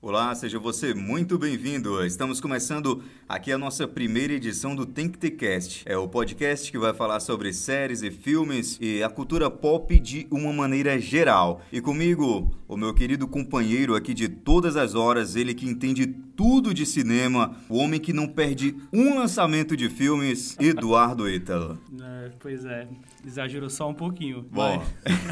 Olá, seja você muito bem-vindo. Estamos começando aqui a nossa primeira edição do Tem que Ter Cast. É o podcast que vai falar sobre séries e filmes e a cultura pop de uma maneira geral. E comigo, o meu querido companheiro aqui de todas as horas, ele que entende tudo de cinema, o homem que não perde um lançamento de filmes, Eduardo Ítalo. Pois é, exagerou só um pouquinho. Bom...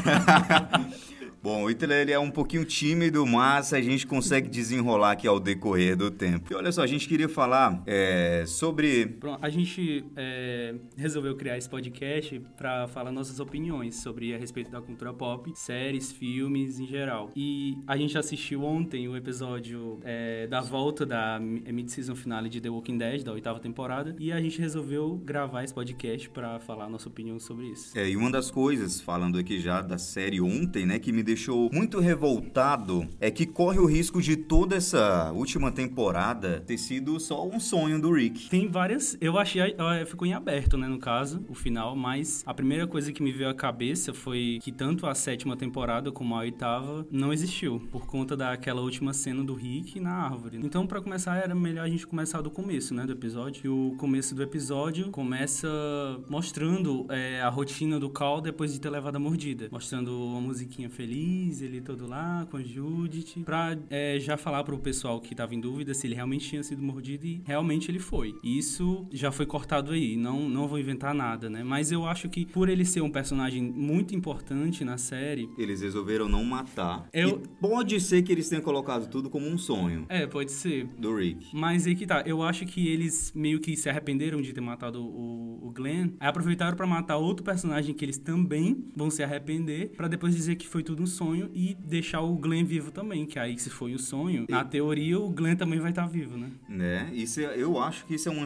Bom, o Ítalo, ele é um pouquinho tímido, mas a gente consegue desenrolar aqui ao decorrer do tempo. E olha só, a gente queria falar sobre... Pronto, a gente resolveu criar esse podcast para falar nossas opiniões a respeito da cultura pop, séries, filmes em geral. E a gente assistiu ontem o episódio da volta da mid-season finale de The Walking Dead, da 8ª temporada, e a gente resolveu gravar esse podcast para falar a nossa opinião sobre isso. E uma das coisas, falando aqui já da série ontem, né, que me deixou muito revoltado é que corre o risco de toda essa última temporada ter sido só um sonho do Rick. Tem várias... Eu achei... Ficou em aberto, né, no caso, o final, mas a primeira coisa que me veio à cabeça foi que tanto a 7ª temporada como a 8ª não existiu, por conta daquela última cena do Rick na árvore. Então, pra começar, era melhor a gente começar do começo, né, do episódio. E o começo do episódio começa mostrando a rotina do Carl depois de ter levado a mordida. Mostrando uma musiquinha feliz, ele todo lá com a Judith, pra já falar pro pessoal que tava em dúvida se ele realmente tinha sido mordido, e realmente ele foi. Isso já foi cortado aí, não vou inventar nada, né? Mas eu acho que por ele ser um personagem muito importante na série... Eles resolveram não matar. E pode ser que eles tenham colocado tudo como um sonho. Pode ser. Do Rick. Mas aí que tá, eu acho que eles meio que se arrependeram de ter matado o Glenn, aí aproveitaram pra matar outro personagem que eles também vão se arrepender, pra depois dizer que foi tudo um sonho e deixar o Glenn vivo também, que aí se foi o sonho, na teoria o Glenn também vai estar vivo, né? Eu acho que isso é uma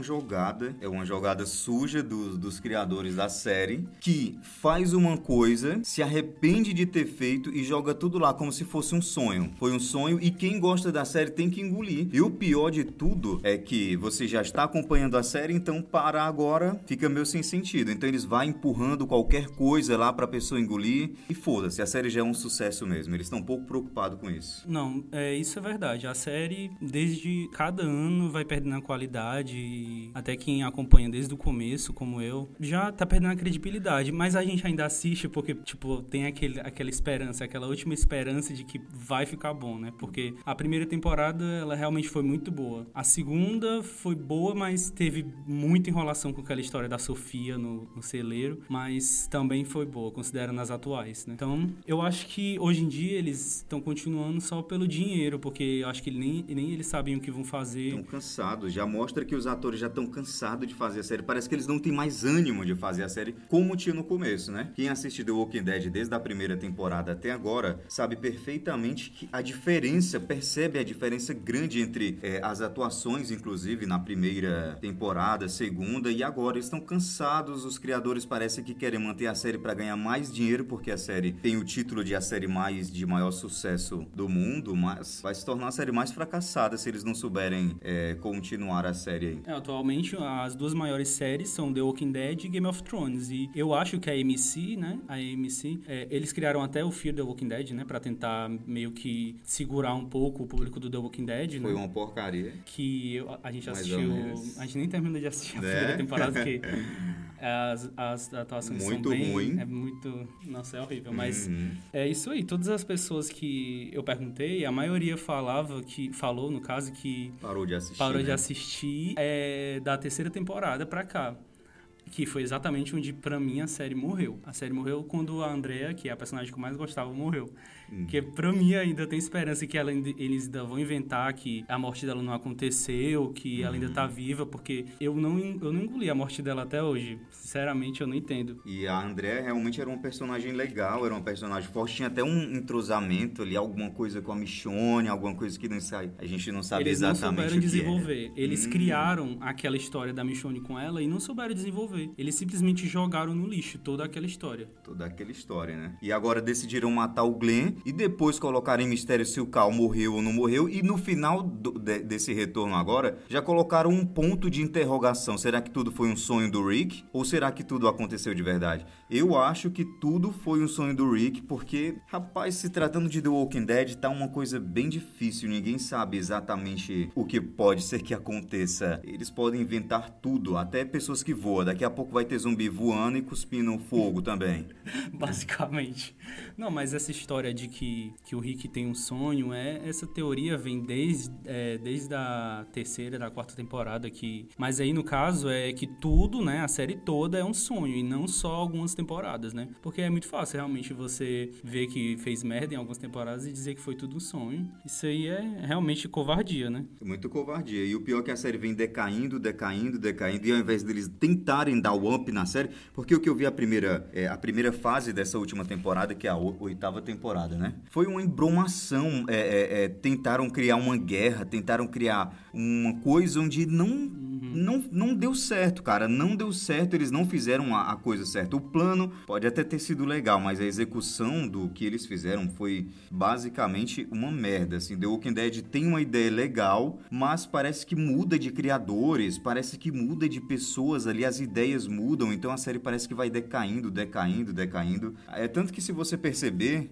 jogada suja dos criadores da série, que faz uma coisa, se arrepende de ter feito e joga tudo lá como se fosse um sonho. Foi um sonho e quem gosta da série tem que engolir. E o pior de tudo é que você já está acompanhando a série, então parar agora fica meio sem sentido. Então eles vão empurrando qualquer coisa lá pra pessoa engolir e foda-se, a série já é um sucesso mesmo. Eles estão um pouco preocupados com isso. Não, isso é verdade. A série, desde cada ano, vai perdendo a qualidade. E até quem acompanha desde o começo, como eu, já tá perdendo a credibilidade. Mas a gente ainda assiste porque, tipo, tem aquela esperança, aquela última esperança de que vai ficar bom, né? Porque a primeira temporada, ela realmente foi muito boa. A segunda foi boa, mas teve muita enrolação com aquela história da Sofia no celeiro. Mas também foi boa, considerando as atuais, né? Então, eu acho que hoje em dia eles estão continuando só pelo dinheiro, porque eu acho que nem eles sabem o que vão fazer. Estão cansados, já mostra que os atores já estão cansados de fazer a série. Parece que eles não têm mais ânimo de fazer a série como tinha no começo, né? Quem assiste The Walking Dead desde a primeira temporada até agora sabe perfeitamente que percebe a diferença grande entre as atuações, inclusive na primeira temporada, segunda e agora. Eles estão cansados, os criadores parecem que querem manter a série para ganhar mais dinheiro, porque a série tem o título de a série de maior sucesso do mundo, mas vai se tornar a série mais fracassada se eles não souberem continuar a série aí. Atualmente, as duas maiores séries são The Walking Dead e Game of Thrones, e eu acho que a AMC, né, eles criaram até o Fear the Walking Dead, né, pra tentar meio que segurar um pouco o público do The Walking Dead, Foi né? uma porcaria. Que a gente assistiu... A gente nem terminou de assistir a primeira temporada, porque... As atuações muito são bem... ruim. É muito... Nossa, é horrível. Mas é isso aí. Todas as pessoas que eu perguntei, a maioria falou, no caso, que... Parou de assistir. Parou de assistir da terceira temporada pra cá. Que foi exatamente onde, pra mim, a série morreu. A série morreu quando a Andrea, que é a personagem que eu mais gostava, morreu. Porque, pra mim, ainda tem esperança que eles ainda vão inventar que a morte dela não aconteceu, que ela ainda tá viva, porque eu não engoli a morte dela até hoje. Sinceramente, eu não entendo. E a Andrea realmente era um personagem legal, era um personagem forte, tinha até um entrosamento ali, alguma coisa com a Michonne, alguma coisa que a gente não sabe eles exatamente o que Eles não souberam desenvolver. Eles criaram aquela história da Michonne com ela e não souberam desenvolver. Eles simplesmente jogaram no lixo toda aquela história. Toda aquela história, né? E agora decidiram matar o Glenn e depois colocar em mistério se o Cal morreu ou não morreu, e no final desse retorno agora, já colocaram um ponto de interrogação. Será que tudo foi um sonho do Rick? Ou será que tudo aconteceu de verdade? Eu acho que tudo foi um sonho do Rick, porque, rapaz, se tratando de The Walking Dead, tá uma coisa bem difícil. Ninguém sabe exatamente o que pode ser que aconteça. Eles podem inventar tudo, até pessoas que voam. Daqui a pouco vai ter zumbi voando e cuspindo fogo também. Basicamente. Não, mas essa história de que o Rick tem um sonho, essa teoria vem desde a terceira, da quarta temporada. Mas aí, no caso, é que tudo, né, a série toda é um sonho, e não só algumas temporadas, né? Porque é muito fácil, realmente, você ver que fez merda em algumas temporadas e dizer que foi tudo um sonho. Isso aí é realmente covardia, né? Muito covardia. E o pior é que a série vem decaindo, e ao invés deles tentarem dar o up na série, porque o que eu vi a primeira fase dessa última temporada, que é a oitava temporada, né? Foi uma embromação. Tentaram criar uma guerra, tentaram criar uma coisa onde não deu certo, cara. Não deu certo, eles não fizeram a coisa certa. O plano pode até ter sido legal, mas a execução do que eles fizeram foi basicamente uma merda, assim. The Walking Dead tem uma ideia legal, mas parece que muda de criadores, parece que muda de pessoas ali, as ideias mudam, então a série parece que vai decaindo. É tanto que, se você perceber,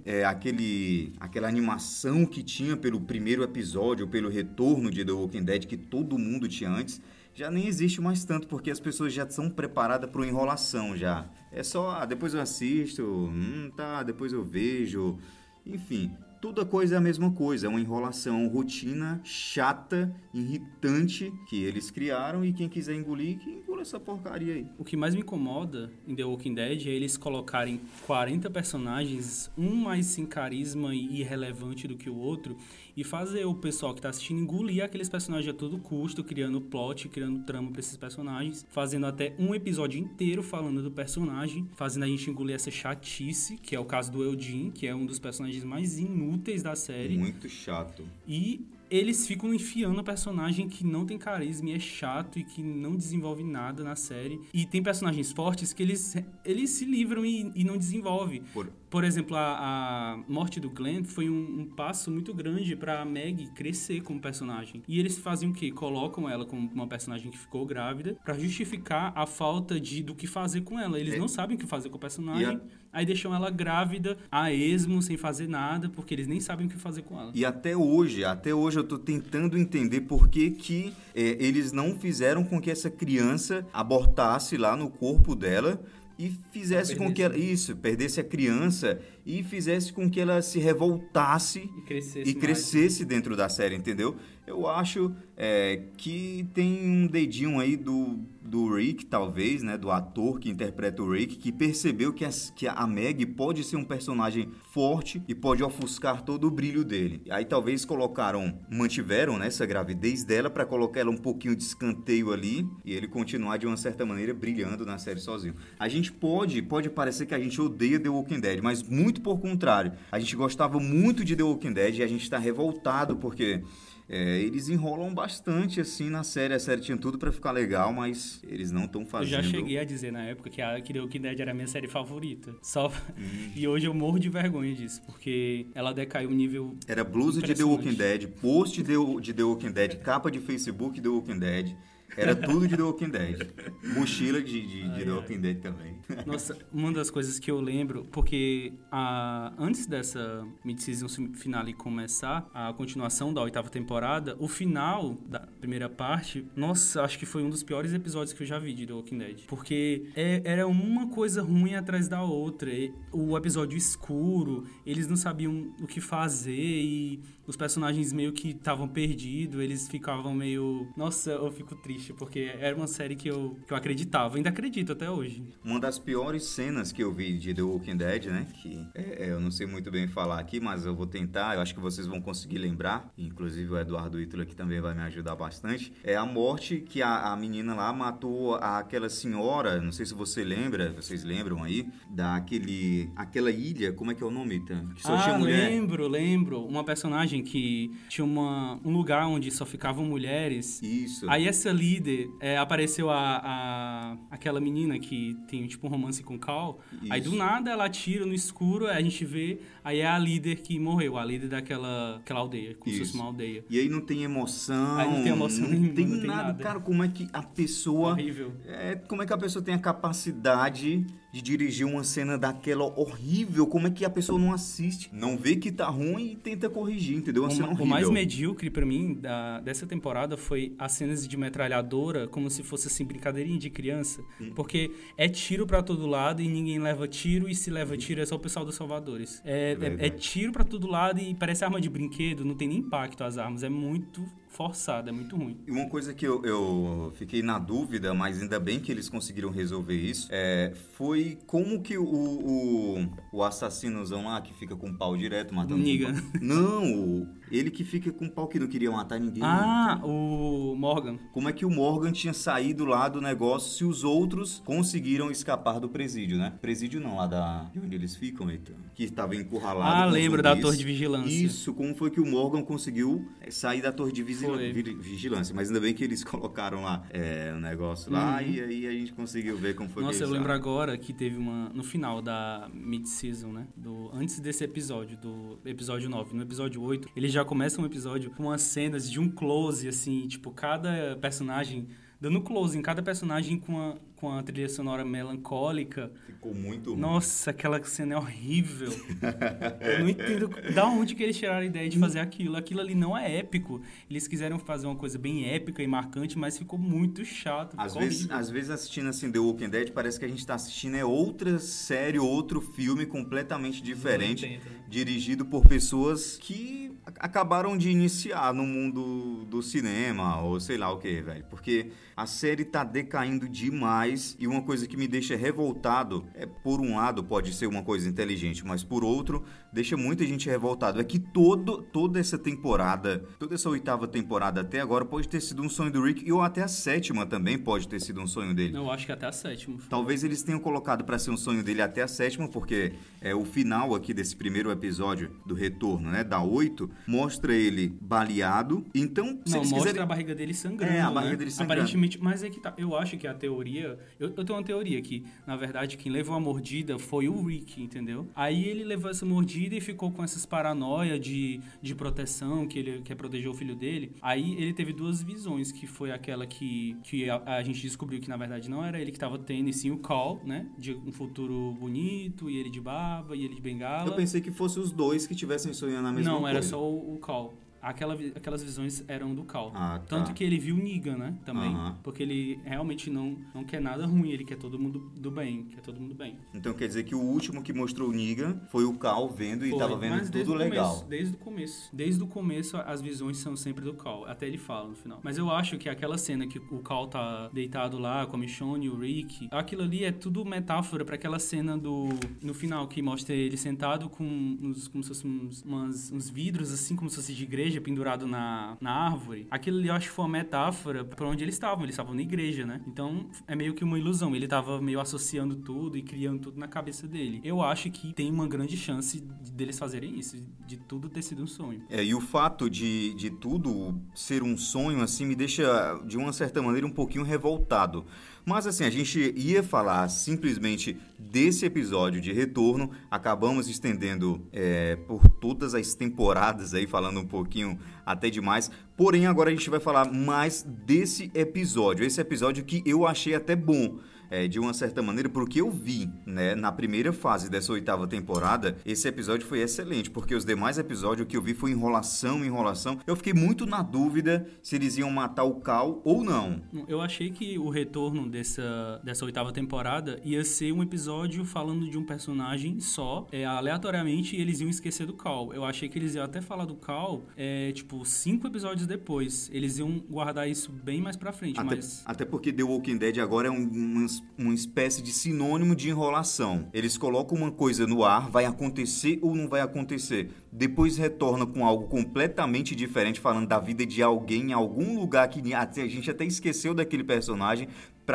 aquela animação que tinha pelo primeiro episódio, pelo retorno de The Walking Dead, que todo mundo tinha antes, já nem existe mais tanto, porque as pessoas já são preparadas para uma enrolação já. É só, depois eu assisto, depois eu vejo, enfim... Toda coisa é a mesma coisa, é uma enrolação, rotina chata, irritante, que eles criaram, e quem quiser engolir, que engula essa porcaria aí. O que mais me incomoda em The Walking Dead é eles colocarem 40 personagens, um mais sem carisma e irrelevante do que o outro, e fazer o pessoal que tá assistindo engolir aqueles personagens a todo custo, criando plot, criando trama pra esses personagens, fazendo até um episódio inteiro falando do personagem, fazendo a gente engolir essa chatice, que é o caso do Eugene, que é um dos personagens mais inúteis da série. Muito chato. E eles ficam enfiando personagem que não tem carisma e é chato e que não desenvolve nada na série. E tem personagens fortes que eles se livram e não desenvolvem. Por exemplo, a morte do Glenn foi um passo muito grande pra Maggie crescer como personagem. E eles fazem o quê? Colocam ela como uma personagem que ficou grávida pra justificar a falta do que fazer com ela. Eles não sabem o que fazer com o personagem. Aí deixam ela grávida, a esmo, sem fazer nada, porque eles nem sabem o que fazer com ela. E até hoje eu tô tentando entender por que eles não fizeram com que essa criança abortasse lá no corpo dela e fizesse com que ela... Isso, perdesse a criança e fizesse com que ela se revoltasse e crescesse dentro da série, entendeu? Eu acho que tem um dedinho aí do Rick, talvez, né? Do ator que interpreta o Rick, que percebeu que a Maggie pode ser um personagem forte e pode ofuscar todo o brilho dele. Aí talvez mantiveram, né, essa gravidez dela para colocar ela um pouquinho de escanteio ali e ele continuar de uma certa maneira brilhando na série sozinho. A gente pode parecer que a gente odeia The Walking Dead, mas muito por contrário. A gente gostava muito de The Walking Dead e a gente tá revoltado porque... eles enrolam bastante, assim, na série. A série tinha tudo pra ficar legal, mas eles não estão fazendo. Eu já cheguei a dizer na época que The Walking Dead era a minha série favorita. E hoje eu morro de vergonha disso, porque ela decaiu um nível... Era blusa de The Walking Dead, post de The Walking Dead, capa de Facebook The Walking Dead... Era tudo de The Walking Dead. Mochila de The Walking Dead também. Nossa, uma das coisas que eu lembro, porque antes dessa mid-season finale começar, a continuação da oitava temporada, o final da primeira parte, nossa, acho que foi um dos piores episódios que eu já vi de The Walking Dead. Porque era uma coisa ruim atrás da outra. O episódio escuro, eles não sabiam o que fazer e os personagens meio que estavam perdidos, eles ficavam meio... Nossa, eu fico triste, porque era uma série que eu acreditava, ainda acredito até hoje. Uma das piores cenas que eu vi de The Walking Dead, né, que eu não sei muito bem falar aqui, mas eu vou tentar, eu acho que vocês vão conseguir lembrar, inclusive o Eduardo Ítalo aqui também vai me ajudar bastante, é a morte que a menina lá matou aquela senhora, não sei se vocês lembram aí, aquela ilha, como é que é o nome, Ethan? Que só tinha mulher. Lembro, uma personagem que tinha um lugar onde só ficavam mulheres. Isso. Aí essa ilha líder, apareceu aquela menina que tem tipo um romance com o Cal. Aí do nada ela atira no escuro, a gente vê, aí é a líder que morreu, a líder daquela aldeia, como se fosse uma aldeia. E aí não tem emoção. Aí não tem emoção nenhuma, não tem nada. Cara, como é que a pessoa... Horrível. Como é que a pessoa tem a capacidade de dirigir uma cena daquela horrível? Como é que a pessoa não assiste, não vê que tá ruim e tenta corrigir, entendeu? Uma cena horrível. O mais medíocre pra mim dessa temporada foi as cenas de metralhadora, como se fosse assim, brincadeirinha de criança. Porque é tiro pra todo lado e ninguém leva tiro, e se leva tiro é só o pessoal dos Salvadores. É tiro pra todo lado e parece arma de brinquedo, não tem nem impacto as armas, é muito forçado, é muito ruim. E uma coisa que eu fiquei na dúvida, mas ainda bem que eles conseguiram resolver isso, foi como que o assassinozão lá, que fica com o pau direto matando... Negan. Não, ele que fica com o pau que não queria matar ninguém. O Morgan. Como é que o Morgan tinha saído lá do negócio se os outros conseguiram escapar do presídio, né? Presídio não, lá de onde eles ficam, então, que estava encurralado. Lembro da torre de vigilância. Isso, como foi que o Morgan conseguiu sair da torre de vigilância, mas ainda bem que eles colocaram lá o negócio lá, e aí a gente conseguiu ver como foi que eles... Nossa, eu lembro agora que teve no final da mid-season, né? Antes desse episódio, do episódio 9, no episódio 8, eles já começam um episódio com umas cenas de um close, assim, tipo, cada personagem... Dando close em cada personagem com a trilha sonora melancólica. Ficou muito ruim. Nossa, aquela cena é horrível. Eu não entendo da onde que eles tiraram a ideia de fazer aquilo. Aquilo ali não é épico. Eles quiseram fazer uma coisa bem épica e marcante, mas ficou muito chato. Às vezes assistindo assim The Walking Dead, parece que a gente tá assistindo outra série, outro filme completamente diferente, dirigido por pessoas que acabaram de iniciar no mundo do cinema, ou sei lá o que, velho. Porque a série tá decaindo demais, e uma coisa que me deixa revoltado, por um lado pode ser uma coisa inteligente, mas por outro, deixa muita gente revoltado, é que toda essa temporada, toda essa 8ª temporada até agora pode ter sido um sonho do Rick, ou até a 7ª também pode ter sido um sonho dele. Eu acho que até a 7ª. Talvez eles tenham colocado pra ser um sonho dele até a 7ª, porque o final aqui desse primeiro episódio do retorno, né, da 8, mostra ele baleado, então... mostra a barriga dele sangrando, a barriga dele sangrando. Aparentemente, mas é que tá, eu acho que a teoria... Eu tenho uma teoria que, na verdade, quem levou a mordida foi o Rick, entendeu? Aí ele levou essa mordida e ficou com essas paranoia de proteção, que ele quer proteger o filho dele. Aí ele teve 2 visões, que foi aquela que a gente descobriu que, na verdade, não era ele que tava tendo, e sim o Cal, né? De um futuro bonito, e ele de barba, e ele de bengala. Eu pensei que fossem os dois que estivessem sonhando a mesma coisa. Não, era só o Cal. Aquelas visões eram do Cal. Tá. Tanto que ele viu Negan, né? Também. Porque ele realmente não quer nada ruim. Ele quer todo mundo do bem. Quer todo mundo bem. Então quer dizer que o último que mostrou o Negan foi o Cal vendo e tava vendo tudo legal. Desde o começo, as visões são sempre do Cal. Até ele fala no final. Mas eu acho que aquela cena que o Cal tá deitado lá com a Michonne e o Rick, aquilo ali é tudo metáfora pra aquela cena no final, que mostra ele sentado com como se fossem uns vidros, assim, como se fosse de igreja, pendurado na árvore. Aquilo ali eu acho que foi uma metáfora pra onde eles estavam na igreja, né? Então é meio que uma ilusão, ele tava meio associando tudo e criando tudo na cabeça dele. Eu acho que tem uma grande chance deles fazerem isso, de tudo ter sido um sonho. E o fato de tudo ser um sonho, assim, me deixa, de uma certa maneira, um pouquinho revoltado. Mas assim, a gente ia falar simplesmente desse episódio de retorno, acabamos estendendo por todas as temporadas aí, falando um pouquinho até demais, porém agora a gente vai falar mais desse episódio, esse episódio que eu achei até bom. De uma certa maneira, porque eu vi, né, na primeira fase dessa 8ª temporada, esse episódio foi excelente, porque os demais episódios, o que eu vi foi enrolação. Eu fiquei muito na dúvida se eles iam matar o Cal ou não. Eu achei que o retorno dessa 8ª temporada ia ser um episódio falando de um personagem só, aleatoriamente, e eles iam esquecer do Cal. Eu achei que eles iam até falar do Cal, 5 episódios depois. Eles iam guardar isso bem mais pra frente, Até porque The Walking Dead agora é umas uma espécie de sinônimo de enrolação. Eles colocam uma coisa no ar, vai acontecer ou não vai acontecer. Depois retorna com algo completamente diferente, falando da vida de alguém em algum lugar que a gente até esqueceu daquele personagem, para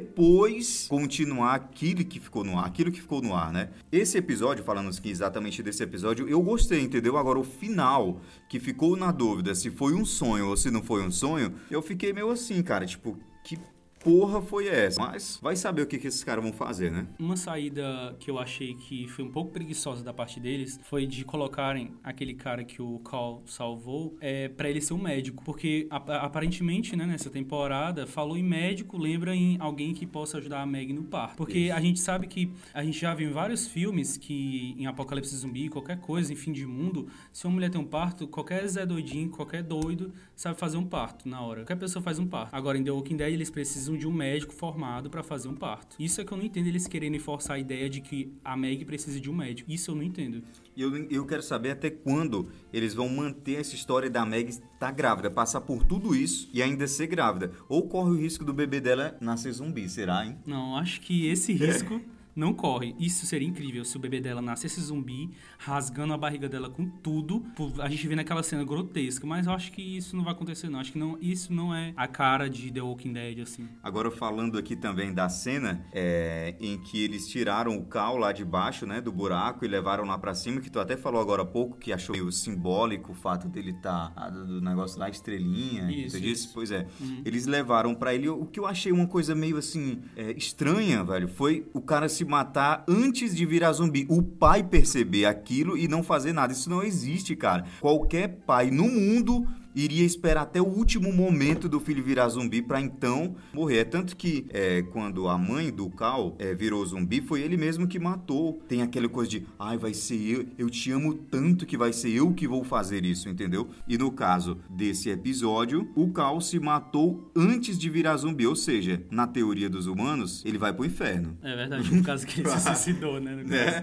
depois continuar aquilo que ficou no ar, né? Esse episódio, falando aqui exatamente desse episódio, eu gostei, entendeu? Agora, o final, que ficou na dúvida se foi um sonho ou se não foi um sonho, eu fiquei meio assim, cara, tipo, que porra foi essa? Mas vai saber o que esses caras vão fazer, né? Uma saída que eu achei que foi um pouco preguiçosa da parte deles foi de colocarem aquele cara que o Cal salvou pra ele ser um médico. Porque aparentemente, né, nessa temporada, falou em médico, lembra em alguém que possa ajudar a Meg no parto. Porque isso. A gente sabe que a gente já viu em vários filmes que em Apocalipse Zumbi, qualquer coisa, em Fim de Mundo, se uma mulher tem um parto, qualquer Zé Doidinho, qualquer doido sabe fazer um parto na hora. Qualquer pessoa faz um parto. Agora, em The Walking Dead, eles precisam de um médico formado pra fazer um parto. Isso é que eu não entendo, eles quererem forçar a ideia de que a Meg precisa de um médico. Isso eu não entendo. E eu quero saber até quando eles vão manter essa história da Meg estar grávida, passar por tudo isso e ainda ser grávida. Ou corre o risco do bebê dela nascer zumbi, será, hein? Não, acho que esse risco... não corre. Isso seria incrível se o bebê dela nascesse zumbi, rasgando a barriga dela com tudo. A gente vê naquela cena grotesca, mas eu acho que isso não vai acontecer, não. Acho que não, isso não é a cara de The Walking Dead, assim. Agora, falando aqui também da cena em que eles tiraram o Cal lá de baixo, né, do buraco e levaram lá pra cima, que tu até falou agora há pouco, que achou meio simbólico o fato dele do negócio lá, estrelinha. Isso, disse? Pois é. Eles levaram pra ele. O que eu achei uma coisa meio assim, estranha, velho, foi o cara se matar antes de virar zumbi. O pai perceber aquilo e não fazer nada. Isso não existe, cara. Qualquer pai no mundo iria esperar até o último momento do filho virar zumbi pra então morrer. É tanto que quando a mãe do Cal virou zumbi, foi ele mesmo que matou. Tem aquela coisa de, vai ser eu te amo tanto que vai ser eu que vou fazer isso, entendeu? E no caso desse episódio, o Cal se matou antes de virar zumbi, ou seja, na teoria dos humanos, ele vai pro inferno. É verdade, por causa que ele se suicidou, né?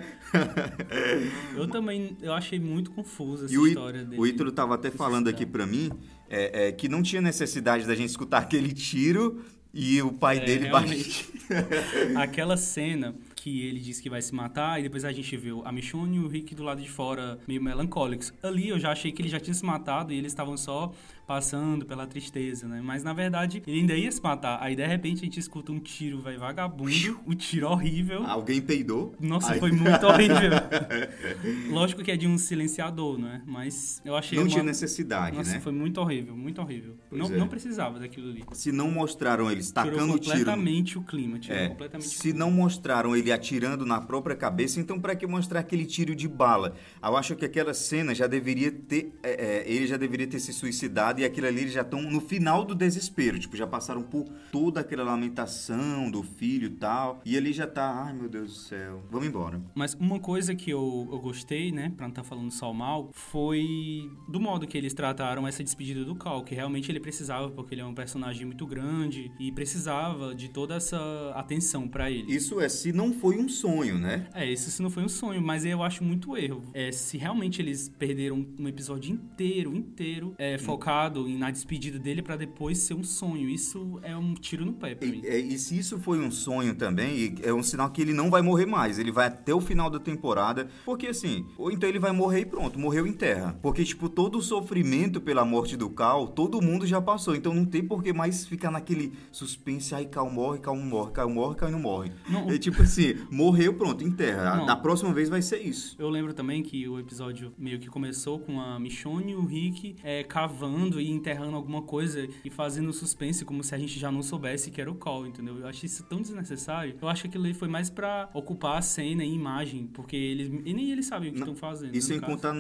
Eu achei muito confusa essa história dele. O Ítalo tava até falando aqui pra mim que não tinha necessidade da gente escutar aquele tiro e o pai dele realmente. Aquela cena que ele disse que vai se matar e depois a gente viu a Michonne e o Rick do lado de fora meio melancólicos. Ali eu já achei que ele já tinha se matado e eles estavam só passando pela tristeza, né? Mas na verdade ele ainda ia se matar. Aí de repente a gente escuta um tiro, vagabundo, um tiro horrível. Alguém peidou? Nossa, foi muito horrível. Lógico que é de um silenciador, né? Mas eu achei... Não tinha necessidade, Nossa, né? Foi muito horrível, muito horrível. Não precisava daquilo ali. Se não mostraram eles tacando o tiro... completamente o clima. Se não mostraram ele atirando na própria cabeça, então pra que mostrar aquele tiro de bala? Eu acho que aquela cena já deveria ter... ele já deveria ter se suicidado e aquilo ali eles já estão no final do desespero. Tipo, já passaram por toda aquela lamentação do filho e tal. E ele já tá... Ai, meu Deus do céu. Vamos embora. Mas uma coisa que eu gostei, né? Pra não estar falando só mal, foi do modo que eles trataram essa despedida do Cal. Que realmente ele precisava, porque ele é um personagem muito grande e precisava de toda essa atenção pra ele. Isso se não foi um sonho, né? Isso se não foi um sonho, mas eu acho muito erro. Se realmente eles perderam um episódio inteiro focado na despedida dele pra depois ser um sonho, isso é um tiro no pé pra mim. E se isso foi um sonho também, é um sinal que ele não vai morrer mais. Ele vai até o final da temporada, porque assim, ou então ele vai morrer e pronto, morreu em terra. Porque, tipo, todo o sofrimento pela morte do Cal, todo mundo já passou. Então não tem por que mais ficar naquele suspense, Cal morre, Cal não morre, Cal morre, Cal não morre. Não. Tipo assim, morreu, pronto, em terra. Da próxima vez vai ser isso. Eu lembro também que o episódio meio que começou com a Michonne e o Rick cavando e enterrando alguma coisa e fazendo suspense como se a gente já não soubesse que era o Cal, entendeu? Eu achei isso tão desnecessário. Eu acho que aquilo ali foi mais pra ocupar a cena e imagem, porque nem eles sabem o que estão fazendo. E sem contar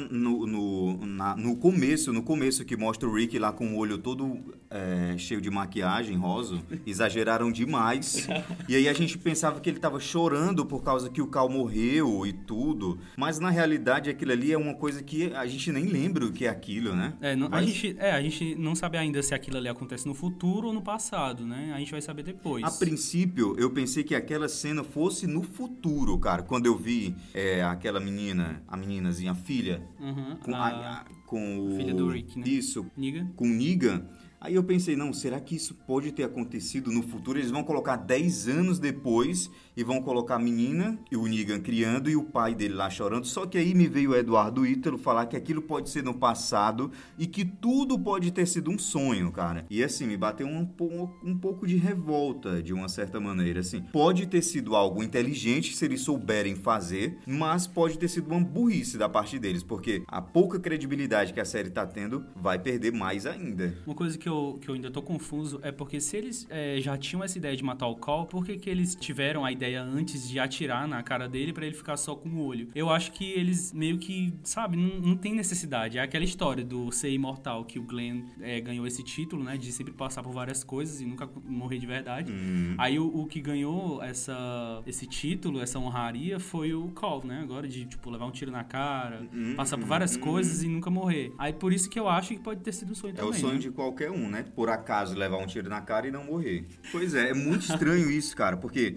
no começo que mostra o Rick lá com o olho todo cheio de maquiagem rosa, exageraram demais. E aí a gente pensava que ele tava chorando por causa que o Cal morreu e tudo, mas na realidade aquilo ali é uma coisa que a gente nem lembra o que é aquilo, né? A gente não sabe ainda se aquilo ali acontece no futuro ou no passado, né? A gente vai saber depois. A princípio, eu pensei que aquela cena fosse no futuro, cara. Quando eu vi aquela menina, a meninazinha, a filha, com o... Filha do Rick, né? Isso. Negan. Com Negan. Aí eu pensei, não, será que isso pode ter acontecido no futuro? Eles vão colocar 10 anos depois e vão colocar a menina e o Negan criando e o pai dele lá chorando. Só que aí me veio o Eduardo Ítalo falar que aquilo pode ser no passado e que tudo pode ter sido um sonho, cara. E assim, me bateu um pouco de revolta, de uma certa maneira, assim. Pode ter sido algo inteligente se eles souberem fazer, mas pode ter sido uma burrice da parte deles, porque a pouca credibilidade que a série tá tendo vai perder mais ainda. Uma coisa que eu ainda tô confuso é porque se eles já tinham essa ideia de matar o Cole, por que eles tiveram a ideia antes de atirar na cara dele pra ele ficar só com o olho? Eu acho que eles meio que, sabe, não tem necessidade. É aquela história do ser imortal, que o Glenn ganhou esse título, né, de sempre passar por várias coisas e nunca morrer de verdade. Aí o que ganhou esse título, essa honraria, foi o Cole, né, agora de, tipo, levar um tiro na cara, passar por várias coisas e nunca morrer. Aí por isso que eu acho que pode ter sido um sonho também. É o sonho, né, de qualquer um, né? Por acaso levar um tiro na cara e não morrer. Pois é muito estranho isso, cara, porque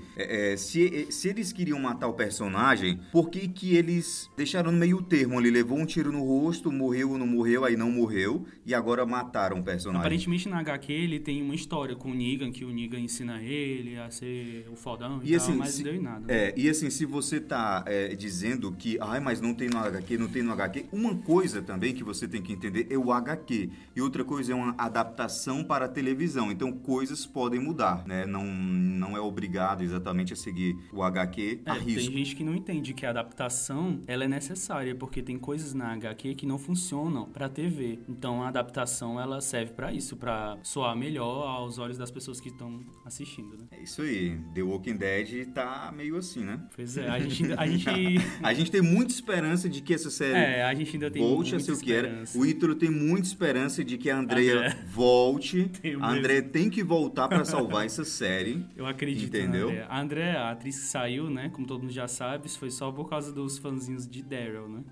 se eles queriam matar o personagem, por que eles deixaram no meio termo? Ele levou um tiro no rosto, morreu ou não morreu, aí não morreu, e agora mataram o personagem. Aparentemente na HQ ele tem uma história com o Negan, que o Negan ensina ele a ser o fodão e tal, assim, mas não deu em nada. Né? E assim, se você tá dizendo que, mas não tem no HQ, não tem no HQ, uma coisa também que você tem que entender é o HQ, e outra coisa é uma adaptação para a televisão, então coisas podem mudar, né? Não é obrigado exatamente a seguir o HQ a risco. Tem gente que não entende que a adaptação ela é necessária, porque tem coisas na HQ que não funcionam para TV. Então a adaptação ela serve para isso, para soar melhor aos olhos das pessoas que estão assistindo, né? É isso aí. The Walking Dead tá meio assim, né? Pois é, a gente a gente tem muita esperança de que essa série a gente ainda tem volte a ser o que era. O Ítalo tem muita esperança de que a Andrea volte. A Andrea tem que voltar para salvar essa série. Eu acredito, entendeu? A Andrea, a atriz que saiu, né? Como todo mundo já sabe, foi só por causa dos fãzinhos de Daryl, né?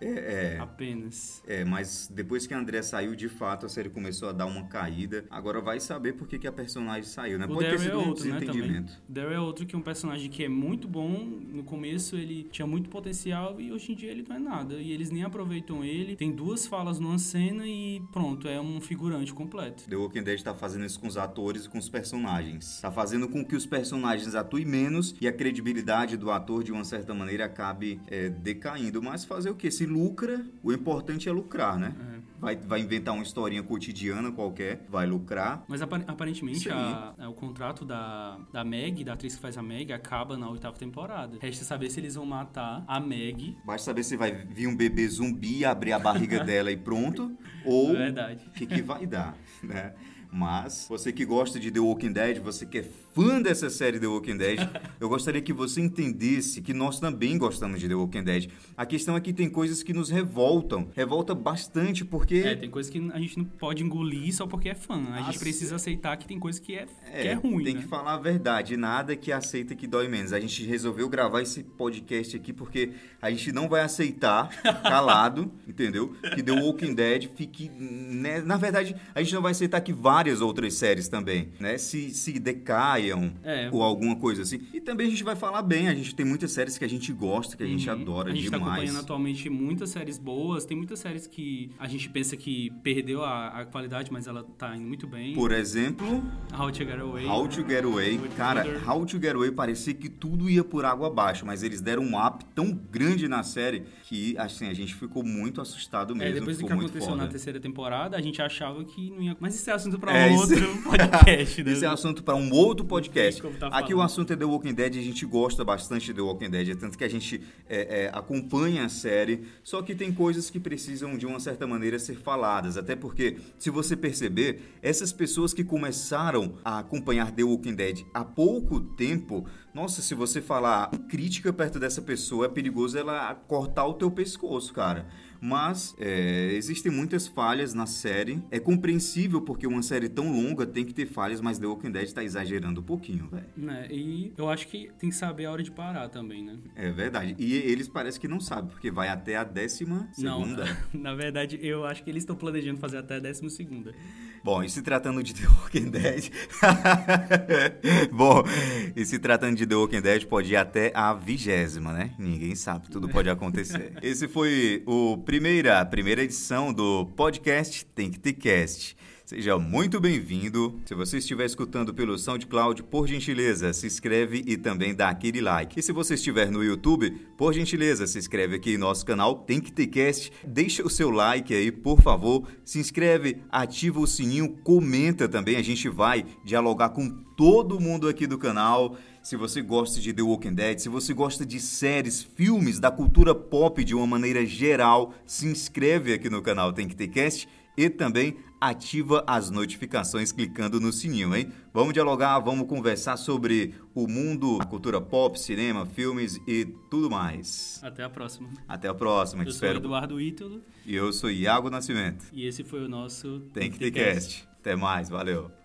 Apenas. Mas depois que a Andrea saiu, de fato, a série começou a dar uma caída. Agora vai saber por que a personagem saiu, né? Pode ter sido um desentendimento. O Daryl é outro que é um personagem que é muito bom. No começo ele tinha muito potencial e hoje em dia ele não é nada. E eles nem aproveitam ele. Tem 2 falas numa cena e pronto, é um figurante completo. The Walking Dead tá fazendo isso com os atores e com os personagens. Tá fazendo com que os personagens atuem menos e a credibilidade do ator, de uma certa maneira, acabe decaindo. Mas fazer o quê? Se lucra, o importante é lucrar, né? Vai inventar uma historinha cotidiana qualquer, vai lucrar. Mas aparentemente o contrato da Meg, da atriz que faz a Meg, acaba na 8ª temporada. Resta saber se eles vão matar a Meg. Basta saber se vai vir um bebê zumbi, abrir a barriga dela e pronto. Ou o que vai dar, né? Mas você que gosta de The Walking Dead, você que é fã dessa série The Walking Dead, eu gostaria que você entendesse que nós também gostamos de The Walking Dead. A questão é que tem coisas que nos revoltam. Revolta bastante porque... tem coisas que a gente não pode engolir só porque é fã. A gente precisa aceitar que tem coisa que é ruim, tem que falar a verdade. Nada que aceita que dói menos. A gente resolveu gravar esse podcast aqui porque a gente não vai aceitar, calado, entendeu? Que The Walking Dead fique... Né? Na verdade, a gente não vai aceitar que várias outras séries também, né? Se decaiam ou alguma coisa assim. E também a gente vai falar bem. A gente tem muitas séries que a gente gosta, que a gente adora demais. A gente tá acompanhando atualmente muitas séries boas. Tem muitas séries que a gente pensa que perdeu a qualidade, mas ela tá indo muito bem. Por exemplo... How to Get Away. How to Get Away. Cara, How to Get Away parecia que tudo ia por água abaixo, mas eles deram um up tão grande na série que, assim, a gente ficou muito assustado mesmo. Depois do que aconteceu na 3ª temporada, a gente achava que não ia... Mas isso é assunto pra outro podcast, né? Isso é assunto pra um outro podcast. Aqui o assunto é The Walking Dead, a gente gosta bastante de The Walking Dead, tanto que a gente acompanha a série, só que tem coisas que precisam, de uma certa maneira, ser faladas, até porque, se você perceber, essas pessoas que começaram a acompanhar The Walking Dead há pouco tempo, nossa, se você falar crítica perto dessa pessoa, é perigoso ela cortar o teu pescoço, cara. Mas existem muitas falhas na série. É compreensível porque uma série tão longa tem que ter falhas, mas The Walking Dead tá exagerando um pouquinho, velho. E eu acho que tem que saber a hora de parar também, né? É verdade. E eles parecem que não sabem, porque vai até a 12ª. Não, na verdade, eu acho que eles estão planejando fazer até a 12ª. Bom, e se tratando de The Walking Dead... Bom, e se tratando de The Walking Dead, pode ir até a 20ª, né? Ninguém sabe, tudo pode acontecer. Esse foi a primeira edição do podcast Tem que ter Cast. Seja muito bem-vindo. Se você estiver escutando pelo SoundCloud, por gentileza, se inscreve e também dá aquele like. E se você estiver no YouTube, por gentileza, se inscreve aqui em nosso canal Tem Que Ter Cast. Deixa o seu like aí, por favor. Se inscreve, ativa o sininho, comenta também. A gente vai dialogar com todo mundo aqui do canal. Se você gosta de The Walking Dead, se você gosta de séries, filmes, da cultura pop de uma maneira geral, se inscreve aqui no canal Tem Que Ter Cast e também ativa as notificações clicando no sininho, hein? Vamos dialogar, vamos conversar sobre o mundo, a cultura pop, cinema, filmes e tudo mais. Até a próxima. Até a próxima. Eu sou Eduardo Ítalo. E eu sou Iago Nascimento. E esse foi o nosso Tem Que Ter Cast. Até mais, valeu.